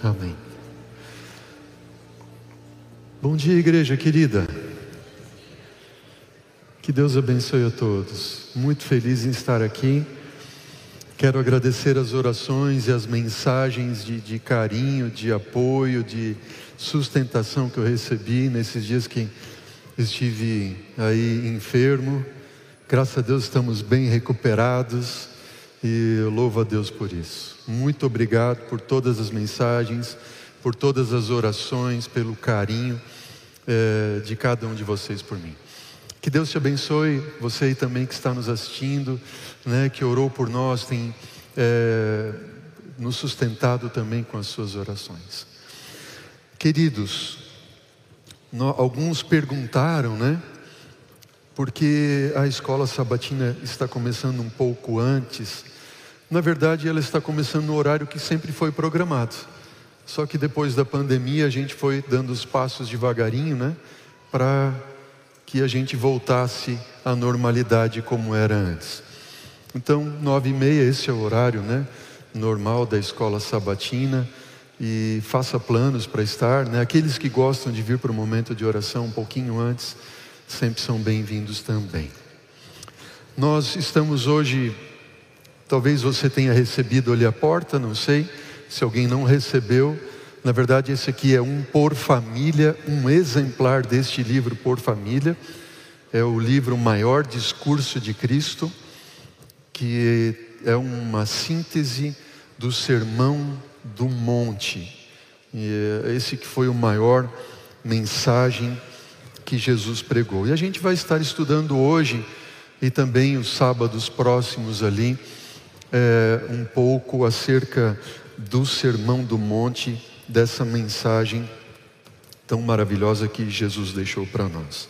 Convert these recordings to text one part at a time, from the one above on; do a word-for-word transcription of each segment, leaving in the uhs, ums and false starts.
Amém. Bom dia, igreja querida. Que Deus abençoe a todos. Muito feliz em estar aqui. Quero agradecer as orações e as mensagens de, de carinho, de apoio, de sustentação que eu recebi nesses dias que estive aí enfermo. Graças a Deus estamos bem recuperados e eu louvo a Deus por isso. Muito obrigado por todas as mensagens, por todas as orações, pelo carinho é, de cada um de vocês por mim. Que Deus te abençoe, você aí também que está nos assistindo, né, que orou por nós, tem é, nos sustentado também com as suas orações. Queridos, nós, alguns perguntaram, né, porque a escola sabatina está começando um pouco antes. Na verdade, ela está começando no horário que sempre foi programado. Só que depois da pandemia, a gente foi dando os passos devagarinho, né, para que a gente voltasse à normalidade como era antes. Então, nove e meia, esse é o horário, né, normal da escola sabatina. E faça planos para estar, né? Aqueles que gostam de vir para o momento de oração um pouquinho antes, sempre são bem-vindos também. Nós estamos hoje, talvez você tenha recebido ali à porta, não sei, se alguém não recebeu. Na verdade, esse aqui é um por família, um exemplar deste livro por família. É o livro Maior Discurso de Cristo, que é uma síntese do Sermão do Monte. E esse que foi o maior mensagem que Jesus pregou. E a gente vai estar estudando hoje e também os sábados próximos ali, é, um pouco acerca do Sermão do Monte, dessa mensagem tão maravilhosa que Jesus deixou para nós.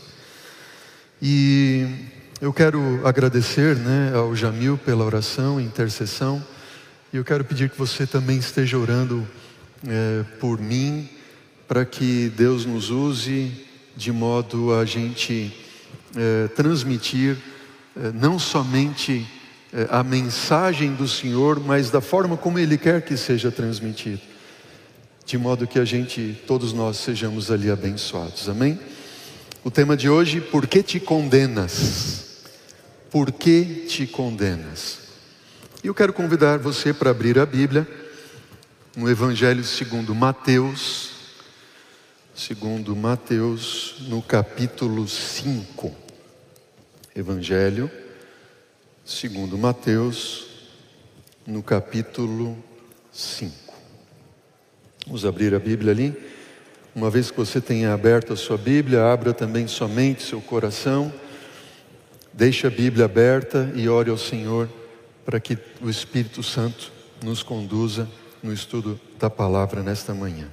E eu quero agradecer, né, ao Jamil pela oração e intercessão. E eu quero pedir que você também esteja orando é, por mim, para que Deus nos use de modo a gente é, transmitir é, não somente é, a mensagem do Senhor, mas da forma como Ele quer que seja transmitido. De modo que a gente, todos nós, sejamos ali abençoados. Amém? O tema de hoje: por que te condenas? Por que te condenas? E eu quero convidar você para abrir a Bíblia no Evangelho segundo Mateus, segundo Mateus, no capítulo cinco. Evangelho segundo Mateus, no capítulo cinco. Vamos abrir a Bíblia ali. Uma vez que você tenha aberto a sua Bíblia, abra também somente seu coração. Deixe a Bíblia aberta e ore ao Senhor para que o Espírito Santo nos conduza no estudo da palavra nesta manhã.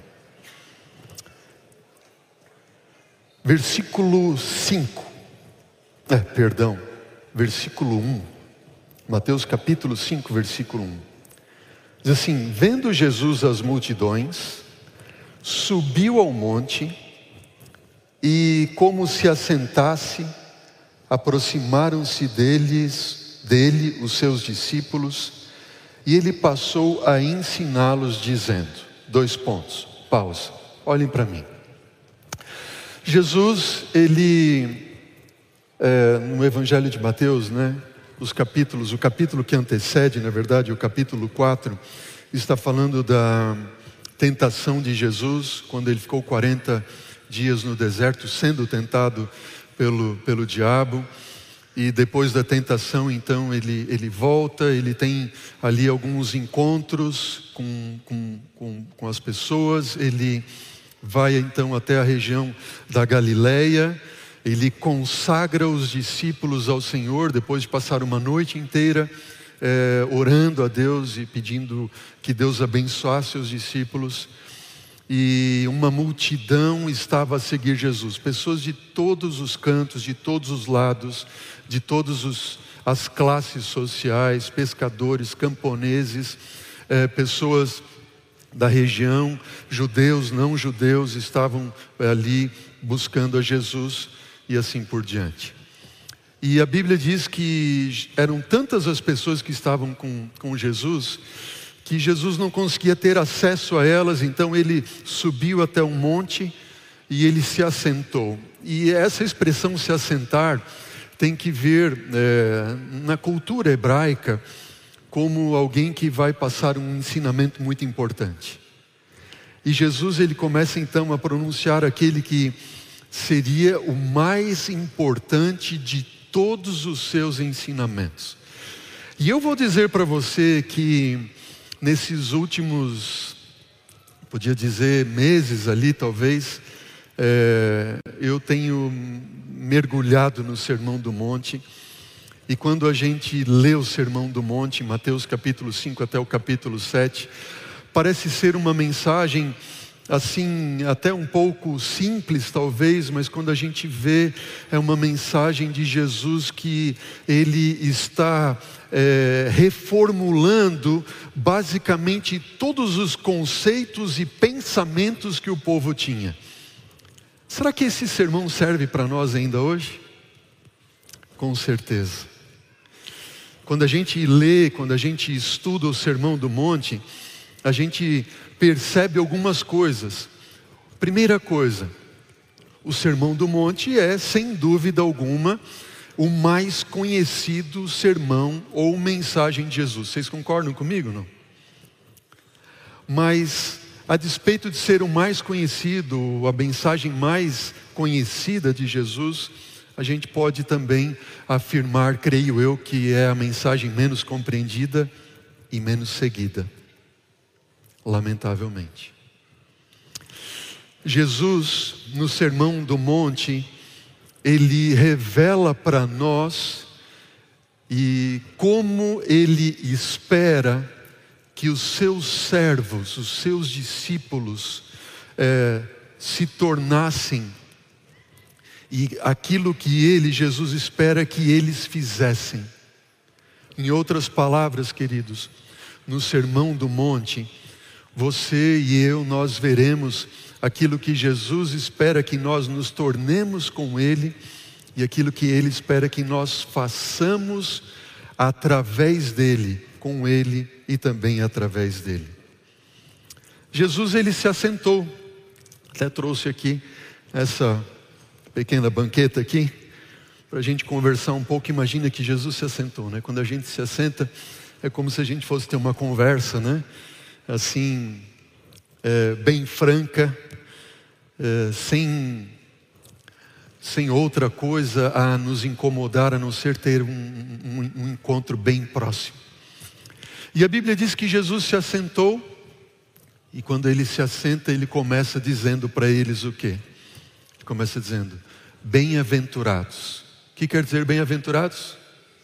Versículo cinco. É, perdão, versículo um. Mateus capítulo cinco, versículo um. Diz assim: vendo Jesus as multidões, subiu ao monte e, como se assentasse, aproximaram-se deles, dele os seus discípulos, e ele passou a ensiná-los dizendo, dois pontos, pausa, olhem para mim. Jesus, ele, é, no Evangelho de Mateus, né, os capítulos, o capítulo que antecede, na verdade, o capítulo quatro, está falando da tentação de Jesus, quando ele ficou quarenta dias no deserto, sendo tentado pelo, pelo diabo. E depois da tentação, então, ele, ele volta, ele tem ali alguns encontros com, com, com, com as pessoas. Ele vai então até a região da Galileia. Ele consagra os discípulos ao Senhor, depois de passar uma noite inteira é, orando a Deus e pedindo que Deus abençoasse os discípulos. E uma multidão estava a seguir Jesus, pessoas de todos os cantos, de todos os lados, de todas as classes sociais, pescadores, camponeses, é, pessoas da região, judeus, não judeus, estavam ali buscando a Jesus e assim por diante. E a Bíblia diz que eram tantas as pessoas que estavam com, com Jesus, que Jesus não conseguia ter acesso a elas, então ele subiu até um monte e ele se assentou. E essa expressão se assentar tem que ver é, na cultura hebraica como alguém que vai passar um ensinamento muito importante. E Jesus ele começa então a pronunciar aquele que seria o mais importante de todos os seus ensinamentos. E eu vou dizer para você que nesses últimos, podia dizer meses ali talvez, é, eu tenho mergulhado no Sermão do Monte. E quando a gente lê o Sermão do Monte, Mateus capítulo cinco até o capítulo sete, parece ser uma mensagem assim, até um pouco simples talvez, mas quando a gente vê, é uma mensagem de Jesus que ele está é, reformulando basicamente todos os conceitos e pensamentos que o povo tinha. Será que esse sermão serve para nós ainda hoje? Com certeza. Quando a gente lê, quando a gente estuda o Sermão do Monte, a gente percebe algumas coisas. Primeira coisa, o Sermão do Monte é, sem dúvida alguma, o mais conhecido sermão ou mensagem de Jesus. Vocês concordam comigo, não? Mas, a despeito de ser o mais conhecido, a mensagem mais conhecida de Jesus, a gente pode também afirmar, creio eu, que é a mensagem menos compreendida e menos seguida. Lamentavelmente. Jesus, no Sermão do Monte, ele revela para nós e como ele espera que os seus servos, os seus discípulos, é, se tornassem e aquilo que ele, Jesus, espera que eles fizessem. Em outras palavras, queridos, no Sermão do Monte, você e eu, nós veremos aquilo que Jesus espera que nós nos tornemos com Ele e aquilo que Ele espera que nós façamos através dEle, com Ele e também através dEle. Jesus, Ele se assentou, até trouxe aqui essa pequena banqueta aqui, para a gente conversar um pouco. Imagina que Jesus se assentou, né? Quando a gente se assenta, é como se a gente fosse ter uma conversa, né? Assim, é, bem franca, é, sem, sem outra coisa a nos incomodar, a não ser ter um, um, um encontro bem próximo. E a Bíblia diz que Jesus se assentou, e quando ele se assenta, ele começa dizendo para eles o quê? Ele começa dizendo, bem-aventurados. O que quer dizer bem-aventurados?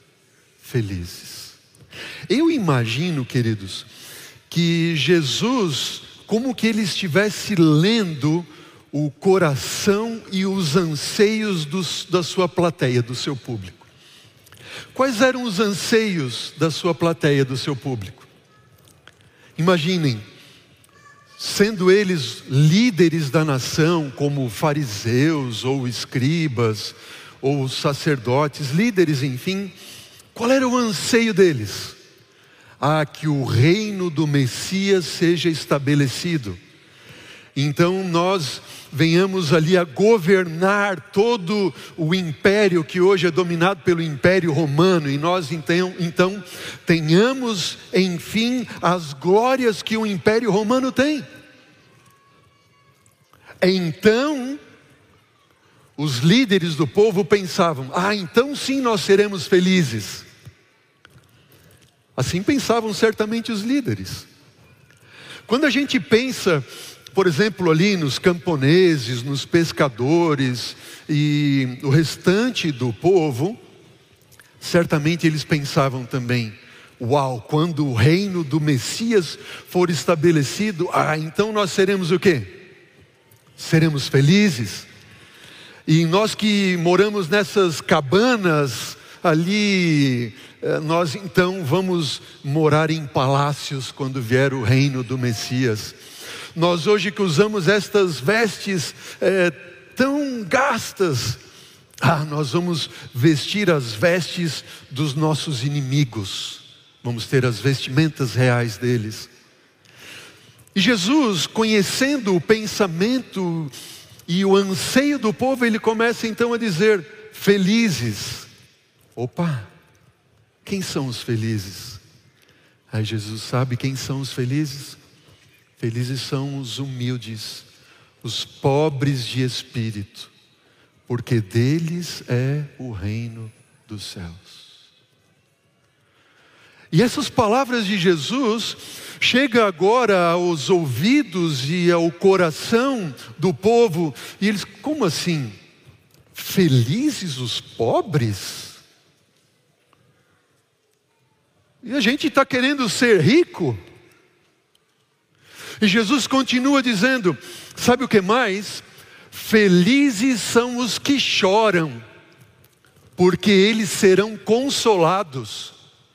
Felizes. Eu imagino, queridos, que Jesus, como que ele estivesse lendo o coração e os anseios dos, da sua plateia, do seu público. Quais eram os anseios da sua plateia, do seu público? Imaginem, sendo eles líderes da nação, como fariseus, ou escribas, ou sacerdotes, líderes, enfim, qual era o anseio deles? A que o reino do Messias seja estabelecido. Então nós venhamos ali a governar todo o império que hoje é dominado pelo Império Romano. E nós então, então tenhamos, enfim, as glórias que o Império Romano tem. Então, os líderes do povo pensavam, ah, então sim nós seremos felizes. Assim pensavam certamente os líderes. Quando a gente pensa, por exemplo, ali nos camponeses, nos pescadores e o restante do povo, certamente eles pensavam também, uau, quando o reino do Messias for estabelecido, ah, então nós seremos o quê? Seremos felizes. E nós que moramos nessas cabanas ali, nós então vamos morar em palácios quando vier o reino do Messias. Nós hoje que usamos estas vestes é, tão gastas, ah, nós vamos vestir as vestes dos nossos inimigos. Vamos ter as vestimentas reais deles. E Jesus, conhecendo o pensamento e o anseio do povo, ele começa então a dizer: felizes. Opa, quem são os felizes? Aí Jesus sabe quem são os felizes? Felizes são os humildes, os pobres de espírito, porque deles é o reino dos céus. E essas palavras de Jesus chegam agora aos ouvidos e ao coração do povo, e eles, como assim? Felizes os pobres? E a gente está querendo ser rico? E Jesus continua dizendo, sabe o que mais? Felizes são os que choram, porque eles serão consolados.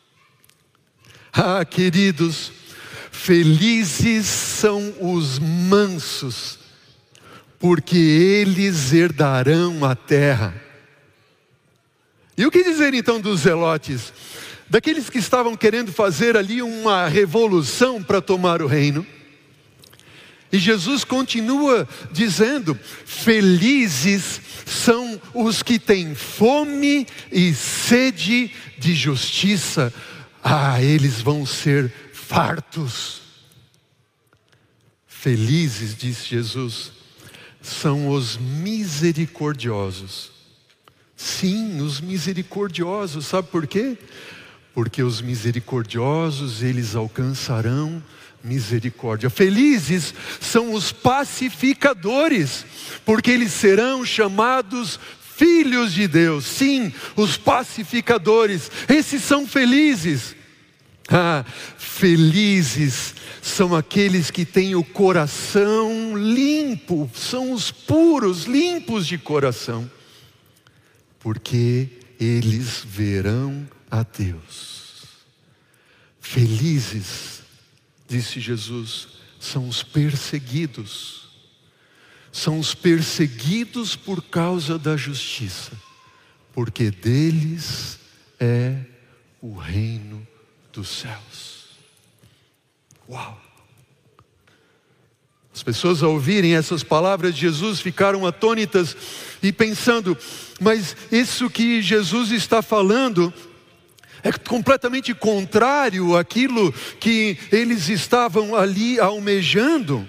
Ah, queridos, felizes são os mansos, porque eles herdarão a terra. E o que dizer então dos zelotes? Daqueles que estavam querendo fazer ali uma revolução para tomar o reino. E Jesus continua dizendo, felizes são os que têm fome e sede de justiça. Ah, eles vão ser fartos. Felizes, disse Jesus, são os misericordiosos. Sim, os misericordiosos, sabe por quê? Porque os misericordiosos, eles alcançarão misericórdia. Felizes são os pacificadores, porque eles serão chamados filhos de Deus. Sim, os pacificadores, esses são felizes. Ah, felizes são aqueles que têm o coração limpo, são os puros, limpos de coração, porque eles verão a Deus. Felizes, disse Jesus, são os perseguidos. São os perseguidos por causa da justiça, porque deles é o reino dos céus. Uau! As pessoas ao ouvirem essas palavras de Jesus ficaram atônitas e pensando, mas isso que Jesus está falando é completamente contrário àquilo que eles estavam ali almejando.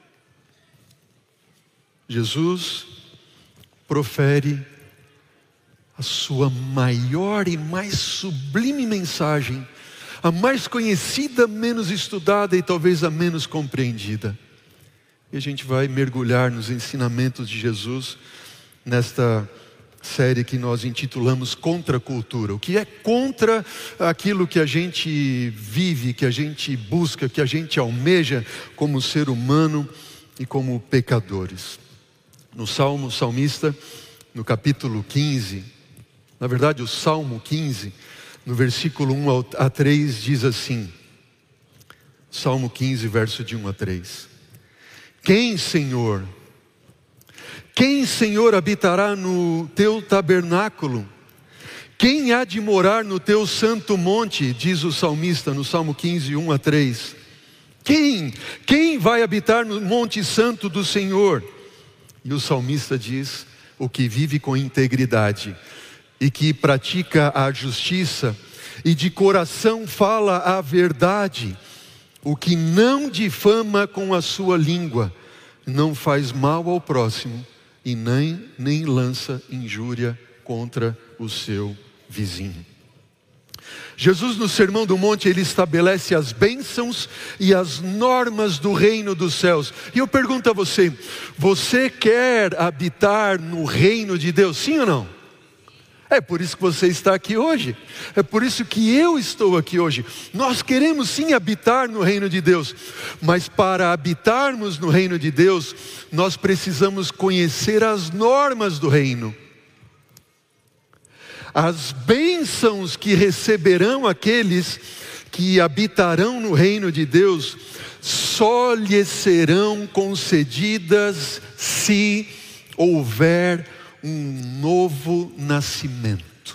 Jesus profere a sua maior e mais sublime mensagem, a mais conhecida, menos estudada e talvez a menos compreendida. E a gente vai mergulhar nos ensinamentos de Jesus nesta série que nós intitulamos Contra a Cultura. O que é contra aquilo que a gente vive, que a gente busca, que a gente almeja como ser humano e como pecadores. No Salmo, o salmista, no capítulo quinze, na verdade o Salmo quinze, no versículo um a três diz assim, Salmo quinze, verso de um a três. Quem, Senhor, quem, Senhor, habitará no teu tabernáculo? Quem há de morar no teu santo monte? Diz o salmista no Salmo quinze, um a três. Quem? Quem vai habitar no monte santo do Senhor? E o salmista diz, o que vive com integridade e que pratica a justiça e de coração fala a verdade, o que não difama com a sua língua, não faz mal ao próximo e nem, nem lança injúria contra o seu vizinho. Jesus no Sermão do Monte, ele estabelece as bênçãos e as normas do reino dos céus. E eu pergunto a você, você quer habitar no reino de Deus, sim ou não? É por isso que você está aqui hoje, é por isso que eu estou aqui hoje. Nós queremos sim habitar no reino de Deus, mas para habitarmos no reino de Deus, nós precisamos conhecer as normas do reino. As bênçãos que receberão aqueles que habitarão no reino de Deus, só lhes serão concedidas se houver um novo nascimento.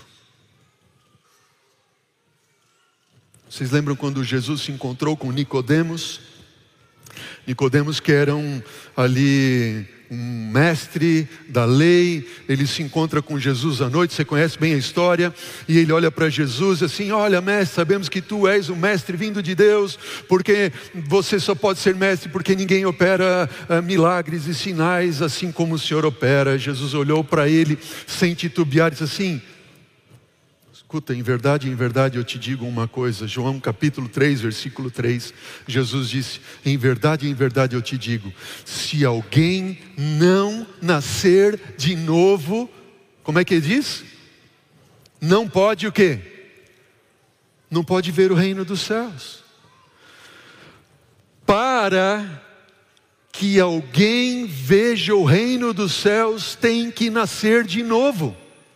Vocês lembram quando Jesus se encontrou com Nicodemos? Nicodemos, que era um, ali um mestre da lei, ele se encontra com Jesus à noite, você conhece bem a história, e ele olha para Jesus assim: olha, mestre, sabemos que tu és o mestre vindo de Deus, porque você só pode ser mestre porque ninguém opera uh, milagres e sinais assim como o Senhor opera. Jesus olhou para ele sem titubear e disse assim: escuta, em verdade, em verdade eu te digo uma coisa. João capítulo três, versículo três, Jesus disse: em verdade, em verdade eu te digo, se alguém não nascer de novo, como é que ele diz? Não pode o quê? Não pode ver o reino dos céus. Para que alguém veja o reino dos céus, tem que nascer de novo.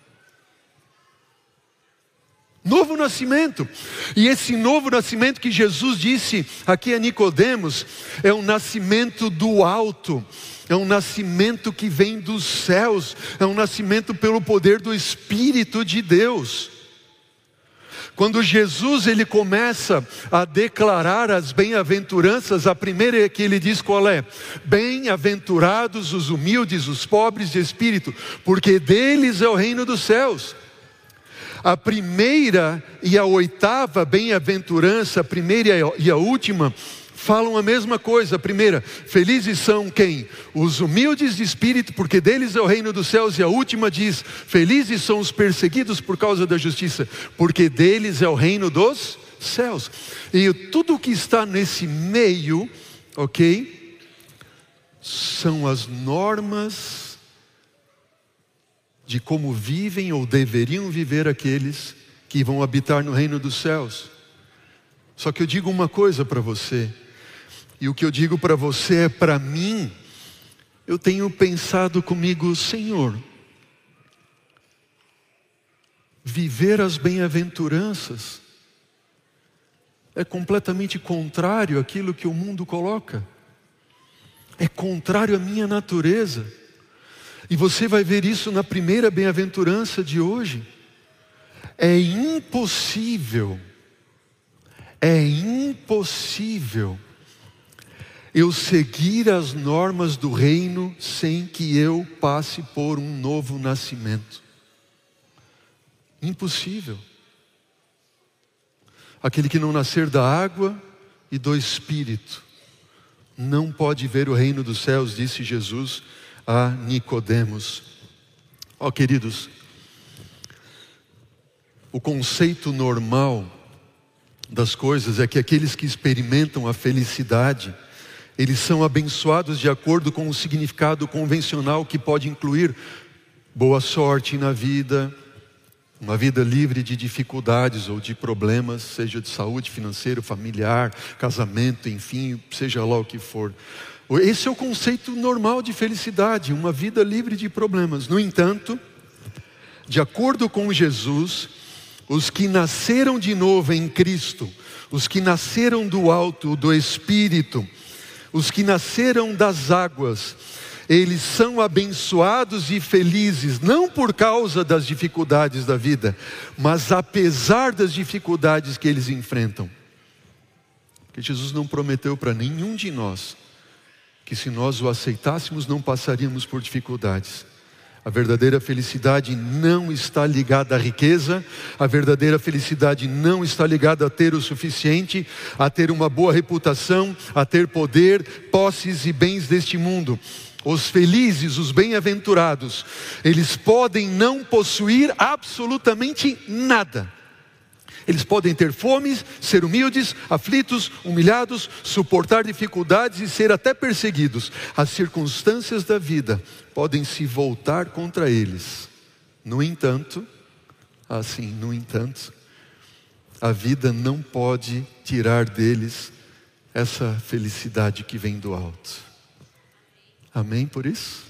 Novo nascimento. E esse novo nascimento que Jesus disse aqui a Nicodemos é um nascimento do alto, é um nascimento que vem dos céus, é um nascimento pelo poder do Espírito de Deus. Quando Jesus ele começa a declarar as bem-aventuranças, a primeira é que ele diz qual é? Bem-aventurados os humildes, os pobres de espírito, porque deles é o reino dos céus. A primeira e a oitava bem-aventurança, a primeira e a última, falam a mesma coisa. A primeira, felizes são quem? Os humildes de espírito, porque deles é o reino dos céus. E a última diz, felizes são os perseguidos por causa da justiça, porque deles é o reino dos céus. E tudo que está nesse meio, ok, são as normas de como vivem ou deveriam viver aqueles que vão habitar no reino dos céus. Só que eu digo uma coisa para você, e o que eu digo para você é para mim. Eu tenho pensado comigo: Senhor, viver as bem-aventuranças é completamente contrário àquilo que o mundo coloca, é contrário à minha natureza. E você vai ver isso na primeira bem-aventurança de hoje. É impossível, é impossível eu seguir as normas do reino sem que eu passe por um novo nascimento. Impossível. Aquele que não nascer da água e do Espírito não pode ver o reino dos céus, disse Jesus a Nicodemos. Ó, oh, queridos, o conceito normal das coisas é que aqueles que experimentam a felicidade, eles são abençoados de acordo com o significado convencional, que pode incluir boa sorte na vida, uma vida livre de dificuldades ou de problemas, seja de saúde, financeiro, familiar, casamento, enfim, seja lá o que for. Esse é o conceito normal de felicidade, uma vida livre de problemas. No entanto, de acordo com Jesus, os que nasceram de novo em Cristo, os que nasceram do alto, do Espírito, os que nasceram das águas, eles são abençoados e felizes, não por causa das dificuldades da vida, mas apesar das dificuldades que eles enfrentam. Porque Jesus não prometeu para nenhum de nós que se nós o aceitássemos não passaríamos por dificuldades. A verdadeira felicidade não está ligada à riqueza, a verdadeira felicidade não está ligada a ter o suficiente, a ter uma boa reputação, a ter poder, posses e bens deste mundo. Os felizes, os bem-aventurados, eles podem não possuir absolutamente nada. Eles podem ter fome, ser humildes, aflitos, humilhados, suportar dificuldades e ser até perseguidos. As circunstâncias da vida podem se voltar contra eles. No entanto, assim, no entanto, a vida não pode tirar deles essa felicidade que vem do alto. Amém por isso?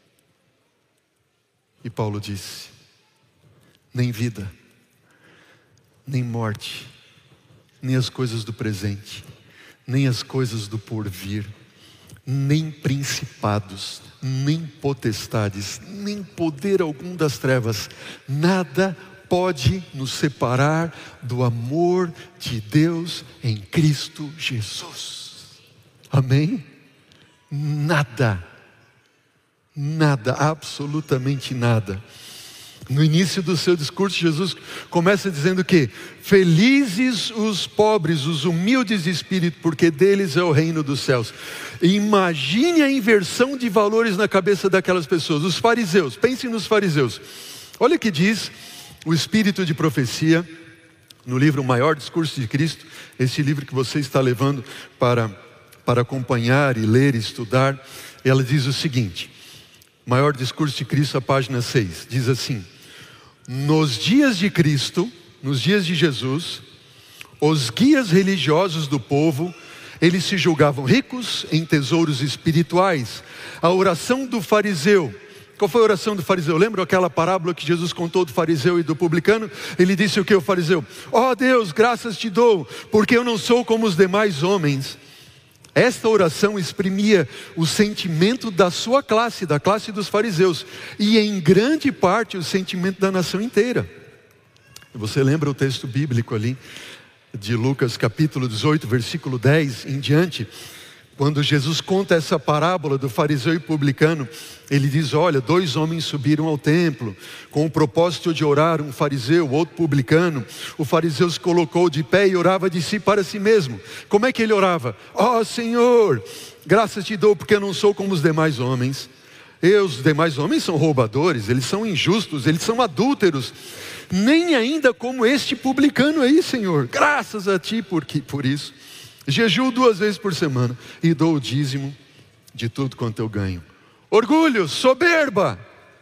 E Paulo disse: nem vida, nem morte, nem as coisas do presente, nem as coisas do porvir, nem principados, nem potestades, nem poder algum das trevas, nada pode nos separar do amor de Deus em Cristo Jesus. Amém? nada. Nada, absolutamente nada. No início do seu discurso, Jesus começa dizendo que felizes os pobres, os humildes de espírito, porque deles é o reino dos céus. Imagine a inversão de valores na cabeça daquelas pessoas. Os fariseus, pensem nos fariseus. Olha o que diz o Espírito de Profecia, no livro O Maior Discurso de Cristo, esse livro que você está levando para, para acompanhar e ler e estudar. Ela diz o seguinte, Maior Discurso de Cristo, a página seis, diz assim: nos dias de Cristo, nos dias de Jesus, os guias religiosos do povo, eles se julgavam ricos em tesouros espirituais. A oração do fariseu, qual foi a oração do fariseu? Lembra aquela parábola que Jesus contou do fariseu e do publicano? Ele disse o que o fariseu? Ó Deus, graças te dou, porque eu não sou como os demais homens. Esta oração exprimia o sentimento da sua classe, da classe dos fariseus, e em grande parte o sentimento da nação inteira. Você lembra o texto bíblico ali, de Lucas capítulo dezoito, versículo dez em diante? Quando Jesus conta essa parábola do fariseu e publicano, ele diz, olha, dois homens subiram ao templo, com o propósito de orar, um fariseu, o outro publicano. O fariseu se colocou de pé e orava de si para si mesmo. Como é que ele orava? Ó Senhor, graças te dou porque eu não sou como os demais homens. Eu, os demais homens são roubadores, eles são injustos, eles são adúlteros. Nem ainda como este publicano aí, Senhor. Graças a ti porque, por isso. Jejuo duas vezes por semana e dou o dízimo de tudo quanto eu ganho. Orgulho, soberba.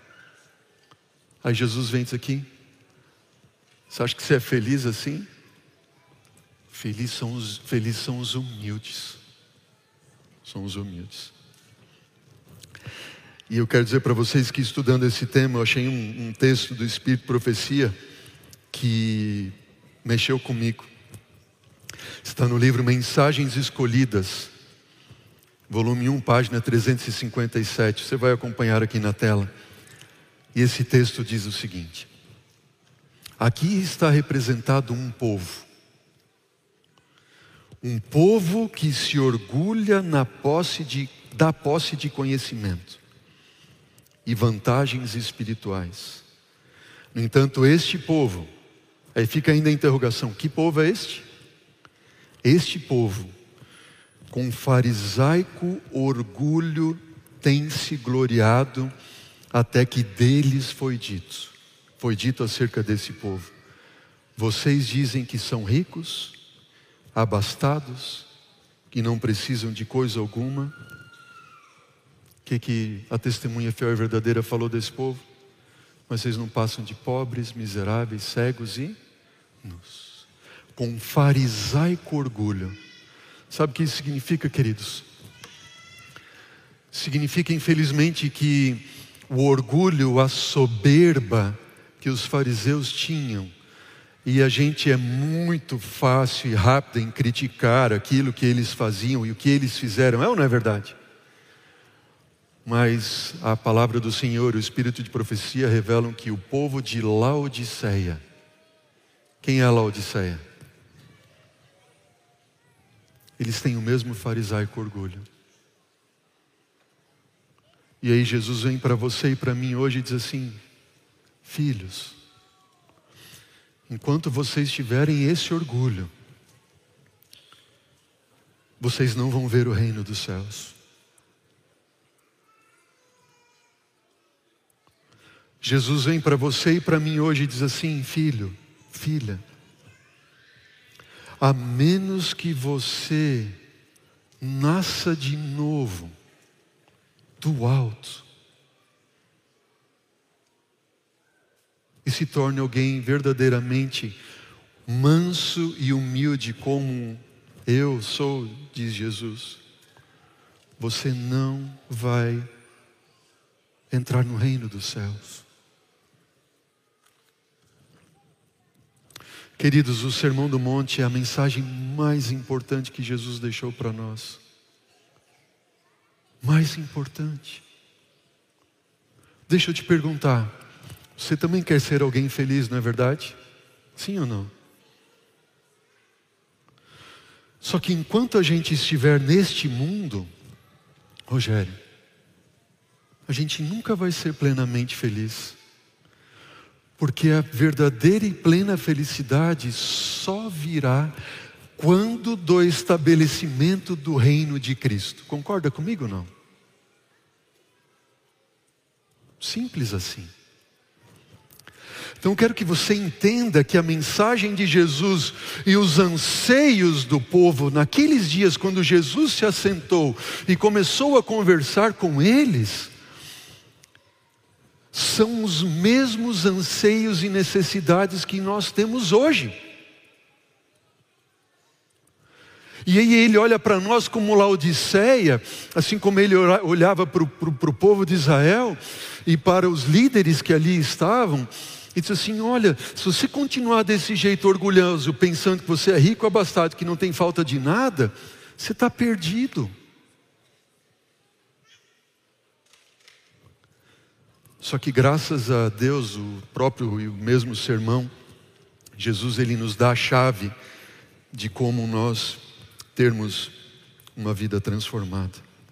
Aí Jesus vem diz aqui, você acha que você é feliz assim? Felizes são os, felizes são os humildes. São os humildes. E eu quero dizer para vocês que estudando esse tema, eu achei um, um texto do Espírito de Profecia que mexeu comigo. Está no livro Mensagens Escolhidas, volume um, página trezentos e cinquenta e sete. Você vai acompanhar aqui na tela. E esse texto diz o seguinte: aqui está representado um povo. Um povo que se orgulha na posse de, da posse de conhecimento e vantagens espirituais. No entanto, este povo, aí fica ainda a interrogação, que povo é este? Este povo, com farisaico orgulho, tem se gloriado até que deles foi dito. Foi dito acerca desse povo: vocês dizem que são ricos, abastados, que não precisam de coisa alguma. O que, que a testemunha fiel e verdadeira falou desse povo? Mas vocês não passam de pobres, miseráveis, cegos e nus. Com farisaico orgulho. Sabe o que isso significa, queridos? Significa, infelizmente, que o orgulho, a soberba que os fariseus tinham, e a gente é muito fácil e rápido em criticar aquilo que eles faziam e o que eles fizeram, é ou não é verdade? Mas a palavra do Senhor, o Espírito de Profecia revelam que o povo de Laodiceia, quem é a Laodiceia? Eles têm o mesmo farisaico orgulho. E aí Jesus vem para você e para mim hoje e diz assim: filhos, enquanto vocês tiverem esse orgulho, vocês não vão ver o reino dos céus. Jesus vem para você e para mim hoje e diz assim: filho, filha, a menos que você nasça de novo do alto e se torne alguém verdadeiramente manso e humilde como eu sou, diz Jesus, você não vai entrar no reino dos céus. Queridos, o Sermão do Monte é a mensagem mais importante que Jesus deixou para nós. Mais importante. Deixa eu te perguntar, você também quer ser alguém feliz, não é verdade? Sim ou não? Só que enquanto a gente estiver neste mundo, Rogério, a gente nunca vai ser plenamente feliz, porque a verdadeira e plena felicidade só virá quando do estabelecimento do reino de Cristo. Concorda comigo ou não? Simples assim. Então eu quero que você entenda que a mensagem de Jesus e os anseios do povo naqueles dias, quando Jesus se assentou e começou a conversar com eles, são os mesmos anseios e necessidades que nós temos hoje. E aí ele olha para nós como Laodiceia, assim como ele olhava para o povo de Israel e para os líderes que ali estavam, e diz assim: olha, se você continuar desse jeito orgulhoso, pensando que você é rico, abastado, que não tem falta de nada, você está perdido. Só que graças a Deus, o próprio e o mesmo sermão, Jesus ele nos dá a chave de como nós termos uma vida transformada.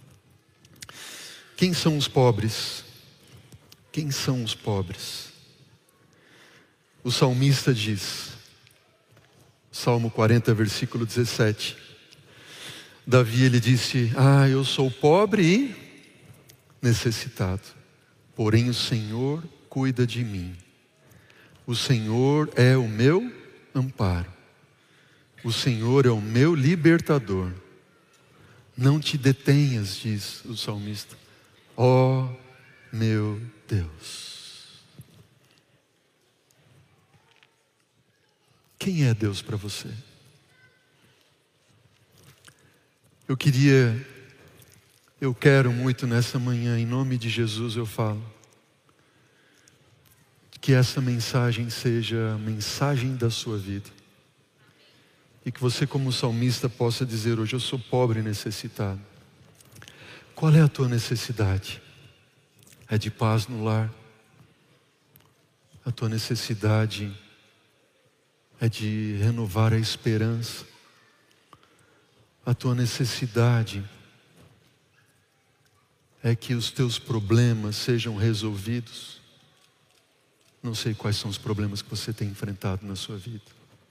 Quem são os pobres? Quem são os pobres? O salmista diz, Salmo quarenta, versículo dezessete. Davi ele disse: ah, eu sou pobre e necessitado, porém o Senhor cuida de mim. O Senhor é o meu amparo. O Senhor é o meu libertador. Não te detenhas, diz o salmista, ó meu Deus. Quem é Deus para você? Eu queria, eu quero muito nessa manhã, em nome de Jesus eu falo, que essa mensagem seja a mensagem da sua vida. E que você como salmista possa dizer hoje: eu sou pobre e necessitado. Qual é a tua necessidade? É de paz no lar? A tua necessidade é de renovar a esperança? A tua necessidade é que os teus problemas sejam resolvidos? Não sei quais são os problemas que você tem enfrentado na sua vida.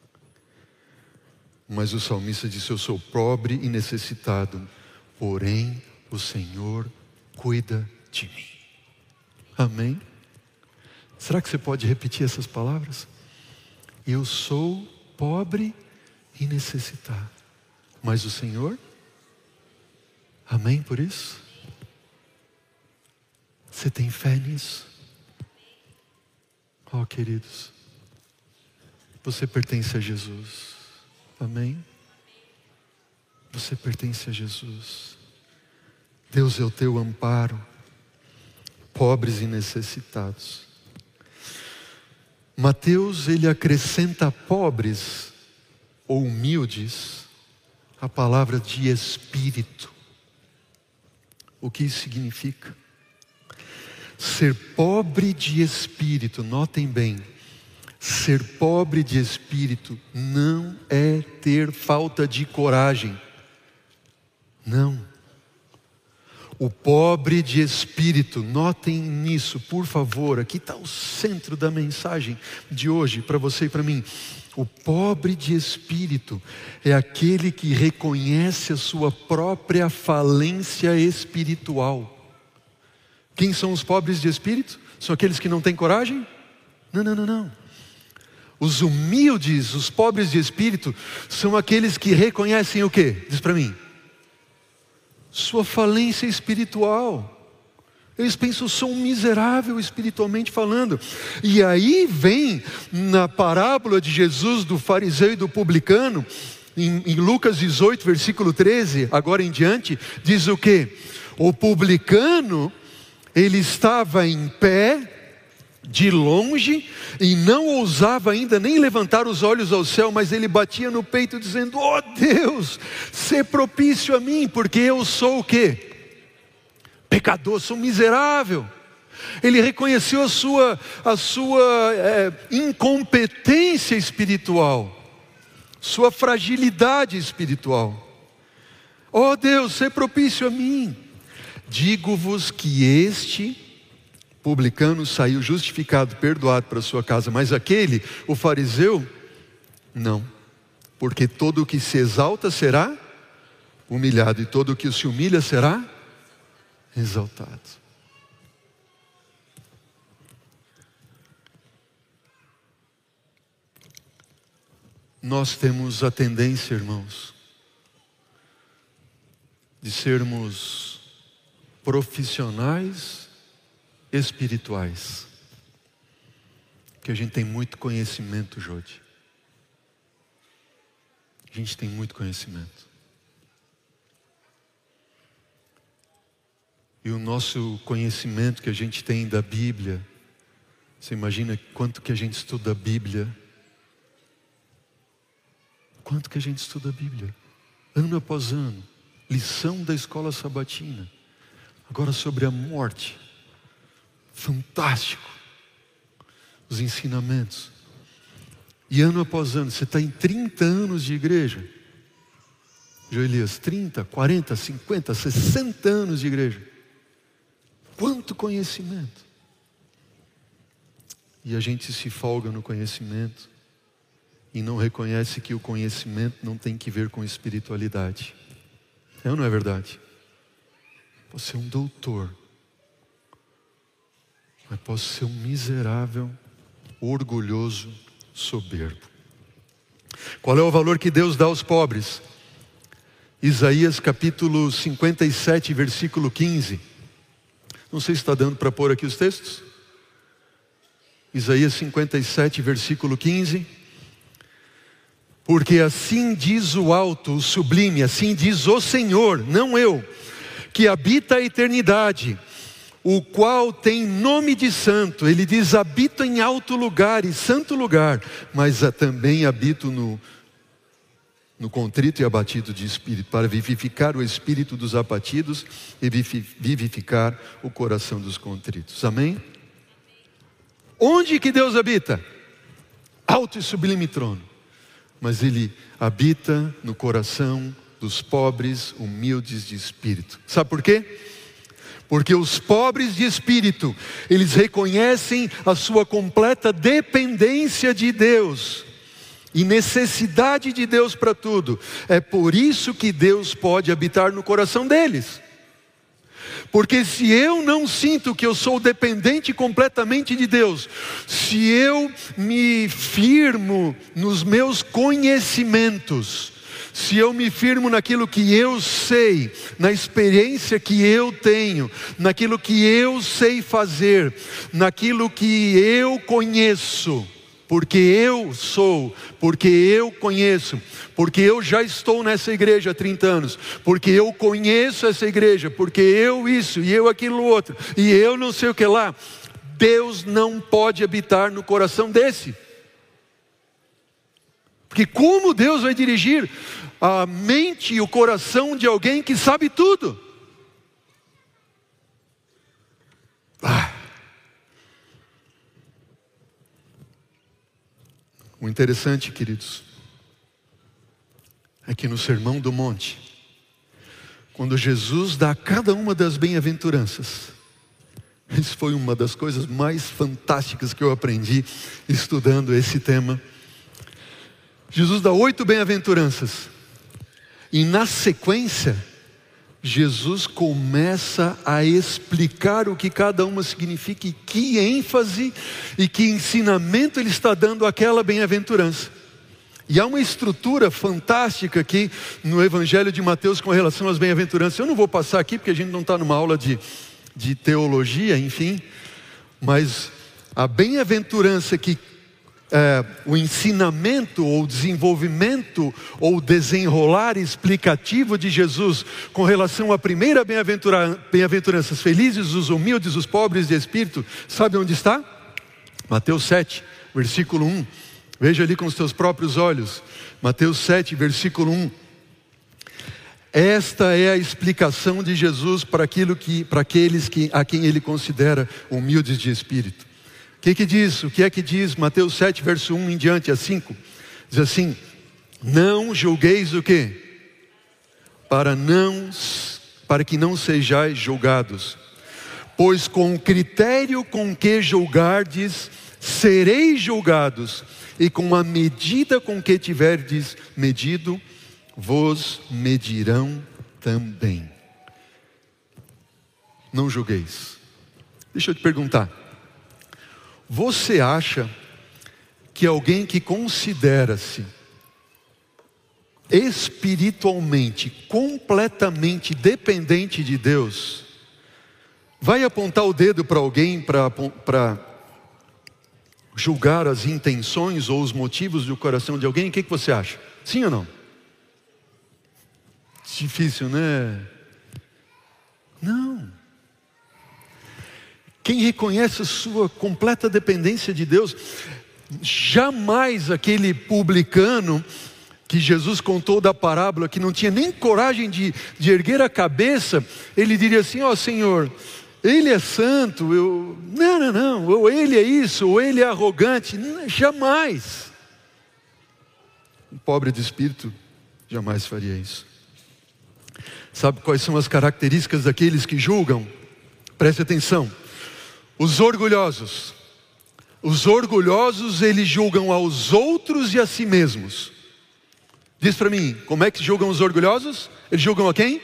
Mas o salmista disse: eu sou pobre e necessitado, porém o Senhor cuida de mim. Amém? Será que você pode repetir essas palavras? Eu sou pobre e necessitado, mas o Senhor, amém por isso? Você tem fé nisso? Oh, queridos, você pertence a Jesus. Amém? Você pertence a Jesus. Deus é o teu amparo, pobres e necessitados. Mateus, ele acrescenta pobres ou humildes a palavra de espírito. O que isso significa? Ser pobre de espírito, notem bem, ser pobre de espírito não é ter falta de coragem. Não. O pobre de espírito, notem nisso, por favor, aqui está o centro da mensagem de hoje, para você e para mim. O pobre de espírito é aquele que reconhece a sua própria falência espiritual. Quem são os pobres de espírito? São aqueles que não têm coragem? Não, não, não, não. Os humildes, os pobres de espírito, são aqueles que reconhecem o quê? Diz para mim. Sua falência espiritual. Eles pensam: eu sou um miserável espiritualmente falando. E aí vem na parábola de Jesus do fariseu e do publicano, em, em Lucas dezoito, versículo treze, agora em diante, diz o quê? O publicano, ele estava em pé, de longe, e não ousava ainda nem levantar os olhos ao céu, mas ele batia no peito dizendo: ó Deus, sê propício a mim, porque eu sou o quê? Pecador, sou miserável. Ele reconheceu a sua, a sua é, incompetência espiritual, sua fragilidade espiritual. Ó Deus, sê propício a mim. Digo-vos que este publicano saiu justificado, perdoado para sua casa, mas aquele, o fariseu, não. Porque todo o que se exalta será humilhado, e todo o que se humilha será exaltado. Nós temos a tendência, irmãos, de sermos profissionais espirituais, porque a gente tem muito conhecimento, Jode. A gente tem muito conhecimento. E o nosso conhecimento que a gente tem da Bíblia, você imagina quanto que a gente estuda a Bíblia? Quanto que a gente estuda a Bíblia? Ano após ano. Lição da escola sabatina. Agora sobre a morte. Fantástico. Os ensinamentos. E ano após ano, você está em trinta anos de igreja. Joelias, trinta, quarenta, cinquenta, sessenta anos de igreja. Quanto conhecimento. E a gente se folga no conhecimento e não reconhece que o conhecimento não tem que ver com espiritualidade. É ou não é verdade? Posso ser um doutor, mas posso ser um miserável, orgulhoso, soberbo. Qual é o valor que Deus dá aos pobres? Isaías capítulo cinquenta e sete, versículo quinze. Não sei se está dando para pôr aqui os textos. Isaías cinquenta e sete, versículo quinze. Porque assim diz o alto, o sublime, assim diz o Senhor, não eu, que habita a eternidade, o qual tem nome de santo. Ele diz, habito em alto lugar e santo lugar, mas também habito no, no contrito e abatido de espírito, para vivificar o espírito dos abatidos e vivificar o coração dos contritos. Amém? Onde que Deus habita? Alto e sublime trono. Mas Ele habita no coração dos pobres, humildes de espírito. Sabe por quê? Porque os pobres de espírito, eles reconhecem a sua completa dependência de Deus e necessidade de Deus para tudo. É por isso que Deus pode habitar no coração deles. Porque se eu não sinto que eu sou dependente completamente de Deus, se eu me firmo nos meus conhecimentos, se eu me firmo naquilo que eu sei, na experiência que eu tenho, naquilo que eu sei fazer, naquilo que eu conheço, porque eu sou, porque eu conheço, porque eu já estou nessa igreja há trinta anos, porque eu conheço essa igreja, porque eu isso e eu aquilo outro, e eu não sei o que lá. Deus não pode habitar no coração desse. Porque como Deus vai dirigir a mente e o coração de alguém que sabe tudo? Ah. O interessante, queridos, é que no Sermão do Monte, quando Jesus dá cada uma das bem-aventuranças, isso foi uma das coisas mais fantásticas que eu aprendi estudando esse tema. Jesus dá oito bem-aventuranças, e na sequência, Jesus começa a explicar o que cada uma significa e que ênfase e que ensinamento ele está dando àquela bem-aventurança. E há uma estrutura fantástica aqui no Evangelho de Mateus com relação às bem-aventuranças. Eu não vou passar aqui porque a gente não está numa aula de, de teologia, enfim. Mas a bem-aventurança que é, o ensinamento ou desenvolvimento ou desenrolar explicativo de Jesus com relação à primeira bem-aventura, bem-aventurança, felizes os humildes, os pobres de espírito, sabe onde está? Mateus sete, versículo um. Veja ali com os teus próprios olhos. Mateus sete, versículo um. Esta é a explicação de Jesus para, aquilo que, para aqueles que, a quem ele considera humildes de espírito. O que que diz? O que é que diz Mateus sete, verso um em diante, a cinco? Diz assim: não julgueis o quê? Para não para que não sejais julgados. Pois com o critério com que julgardes, sereis julgados, e com a medida com que tiverdes medido, vos medirão também. Não julgueis. Deixa eu te perguntar. Você acha que alguém que considera-se espiritualmente, completamente dependente de Deus, vai apontar o dedo para alguém para julgar as intenções ou os motivos do coração de alguém? O que, que você acha? Sim ou não? Difícil, né? Não. Quem reconhece a sua completa dependência de Deus, jamais aquele publicano que Jesus contou da parábola, que não tinha nem coragem de, de erguer a cabeça, ele diria assim: ó Senhor, Ele é santo, eu... não, não, não, ou Ele é isso, ou Ele é arrogante. Não, jamais. Um pobre de espírito jamais faria isso. Sabe quais são as características daqueles que julgam? Preste atenção. Os orgulhosos. Os orgulhosos, eles julgam aos outros e a si mesmos. Diz para mim, como é que julgam os orgulhosos? Eles julgam a quem?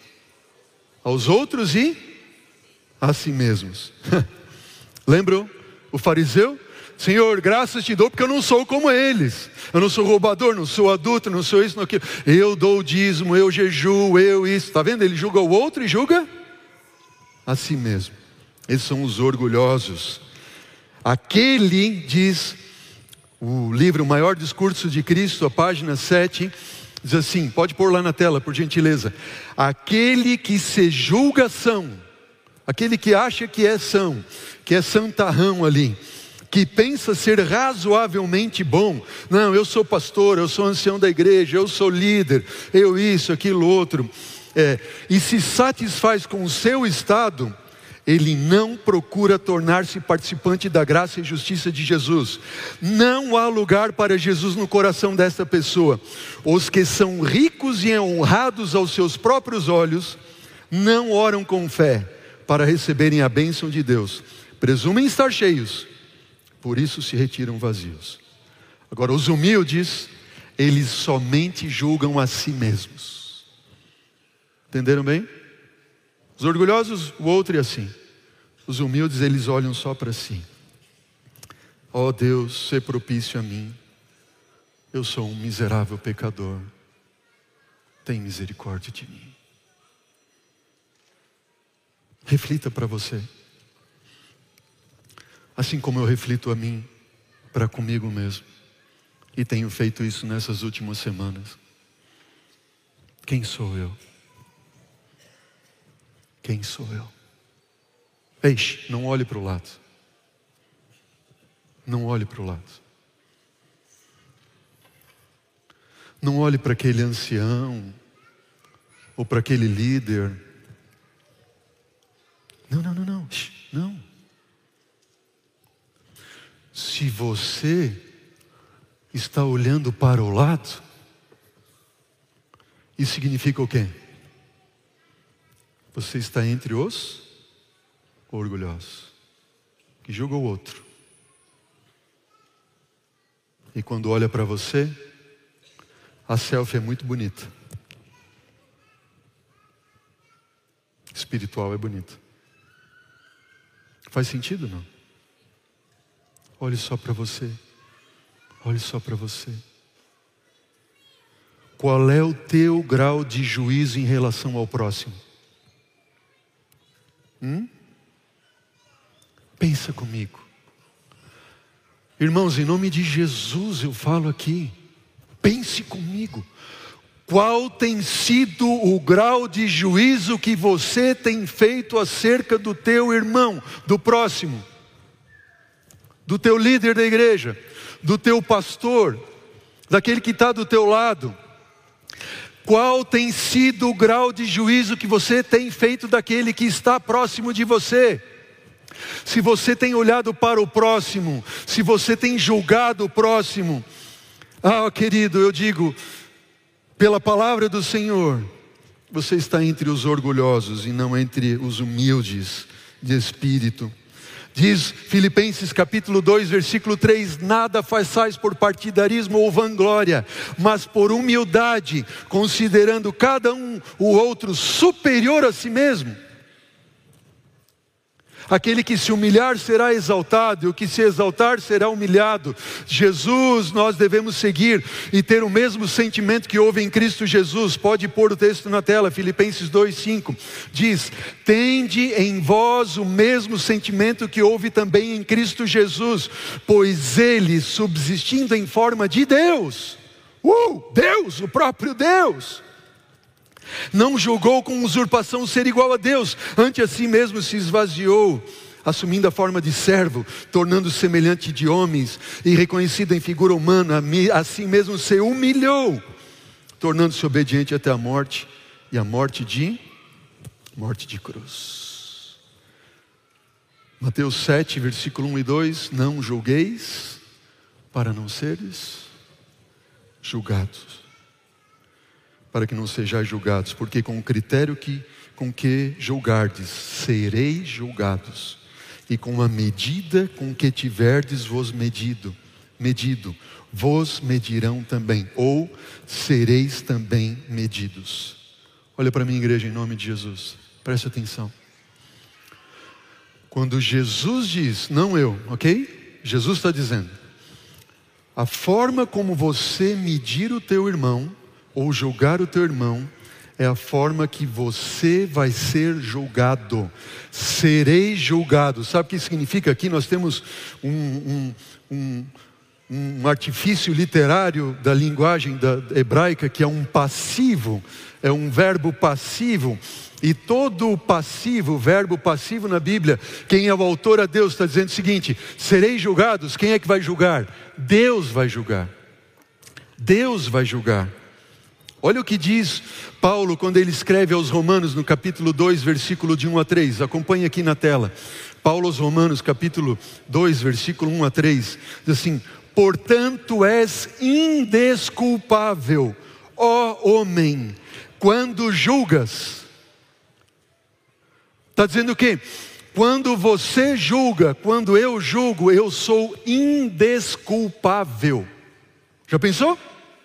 Aos outros e a si mesmos. Lembram o fariseu? Senhor, graças te dou porque eu não sou como eles. Eu não sou roubador, não sou adulto, não sou isso, não aquilo. Eu dou o dízimo, eu jejuo, eu isso. Está vendo? Ele julga o outro e julga a si mesmo. Esses são os orgulhosos. Aquele, diz o livro O Maior Discurso de Cristo, a página sete, diz assim, pode pôr lá na tela, por gentileza. Aquele que se julga são, aquele que acha que é são, que é santarrão ali, que pensa ser razoavelmente bom. Não, eu sou pastor, eu sou ancião da igreja, eu sou líder, eu isso, aquilo, outro. É, e se satisfaz com o seu estado, ele não procura tornar-se participante da graça e justiça de Jesus. Não há lugar para Jesus no coração desta pessoa. Os que são ricos e honrados aos seus próprios olhos, não oram com fé para receberem a bênção de Deus. Presumem estar cheios, por isso se retiram vazios. Agora, os humildes, eles somente julgam a si mesmos. Entenderam bem? Os orgulhosos, o outro é assim. Os humildes, eles olham só para si. Ó Deus, sê propício a mim. Eu sou um miserável pecador. Tem misericórdia de mim. Reflita para você. Assim como eu reflito a mim, para comigo mesmo. E tenho feito isso nessas últimas semanas. Quem sou eu? Quem sou eu? Eixe, não olhe para o lado. Não olhe para o lado. Não olhe para aquele ancião, ou para aquele líder. Não, não, não, não. Não. Se você está olhando para o lado, isso significa o quê? Você está entre os orgulhosos, que julga o outro. E quando olha para você, a selfie é muito bonita. Espiritual é bonita. Faz sentido, não? Olhe só para você. Olhe só para você. Qual é o teu grau de juízo em relação ao próximo? Hum? Pensa comigo. Irmãos, em nome de Jesus eu falo aqui. Pense comigo. Qual tem sido o grau de juízo que você tem feito acerca do teu irmão, do próximo? Do teu líder da igreja, do teu pastor, daquele que está do teu lado? Qual tem sido o grau de juízo que você tem feito daquele que está próximo de você? Se você tem olhado para o próximo, se você tem julgado o próximo, ah, querido, eu digo, pela palavra do Senhor, você está entre os orgulhosos e não entre os humildes de espírito. Diz Filipenses capítulo dois, versículo três, nada façais por partidarismo ou vanglória, mas por humildade, considerando cada um o outro superior a si mesmo. Aquele que se humilhar será exaltado, e o que se exaltar será humilhado. Jesus nós devemos seguir e ter o mesmo sentimento que houve em Cristo Jesus. Pode pôr o texto na tela, Filipenses dois, cinco. Diz, tende em vós o mesmo sentimento que houve também em Cristo Jesus, pois ele, subsistindo em forma de Deus, uh, Deus, o próprio Deus, não julgou com usurpação ser igual a Deus, antes a si mesmo se esvaziou, assumindo a forma de servo, tornando-se semelhante de homens, e reconhecido em figura humana, a si mesmo se humilhou, tornando-se obediente até a morte, e a morte de, morte de cruz. Mateus sete, versículo um e dois, não julgueis, para não seres julgados. Para que não sejais julgados, porque com o critério que, com que julgardes, sereis julgados, e com a medida com que tiverdes vos medido, medido, vos medirão também, ou sereis também medidos. Olha para mim, igreja, em nome de Jesus, preste atenção. Quando Jesus diz, não eu, ok? Jesus está dizendo, a forma como você medir o teu irmão, ou julgar o teu irmão, é a forma que você vai ser julgado. Serei julgado. Sabe o que significa? Aqui nós temos um, um, um, um artifício literário da linguagem da hebraica, que é um passivo, é um verbo passivo. E todo passivo, verbo passivo na Bíblia, quem é o autor a Deus, está dizendo o seguinte, sereis julgados, quem é que vai julgar? Deus vai julgar. Deus vai julgar. Olha o que diz Paulo quando ele escreve aos Romanos no capítulo dois, versículo de um a três. Acompanhe aqui na tela. Paulo aos Romanos, capítulo dois, versículo um a três. Diz assim, portanto és indesculpável, ó homem, quando julgas. Está dizendo o quê? Quando você julga, quando eu julgo, eu sou indesculpável. Já pensou?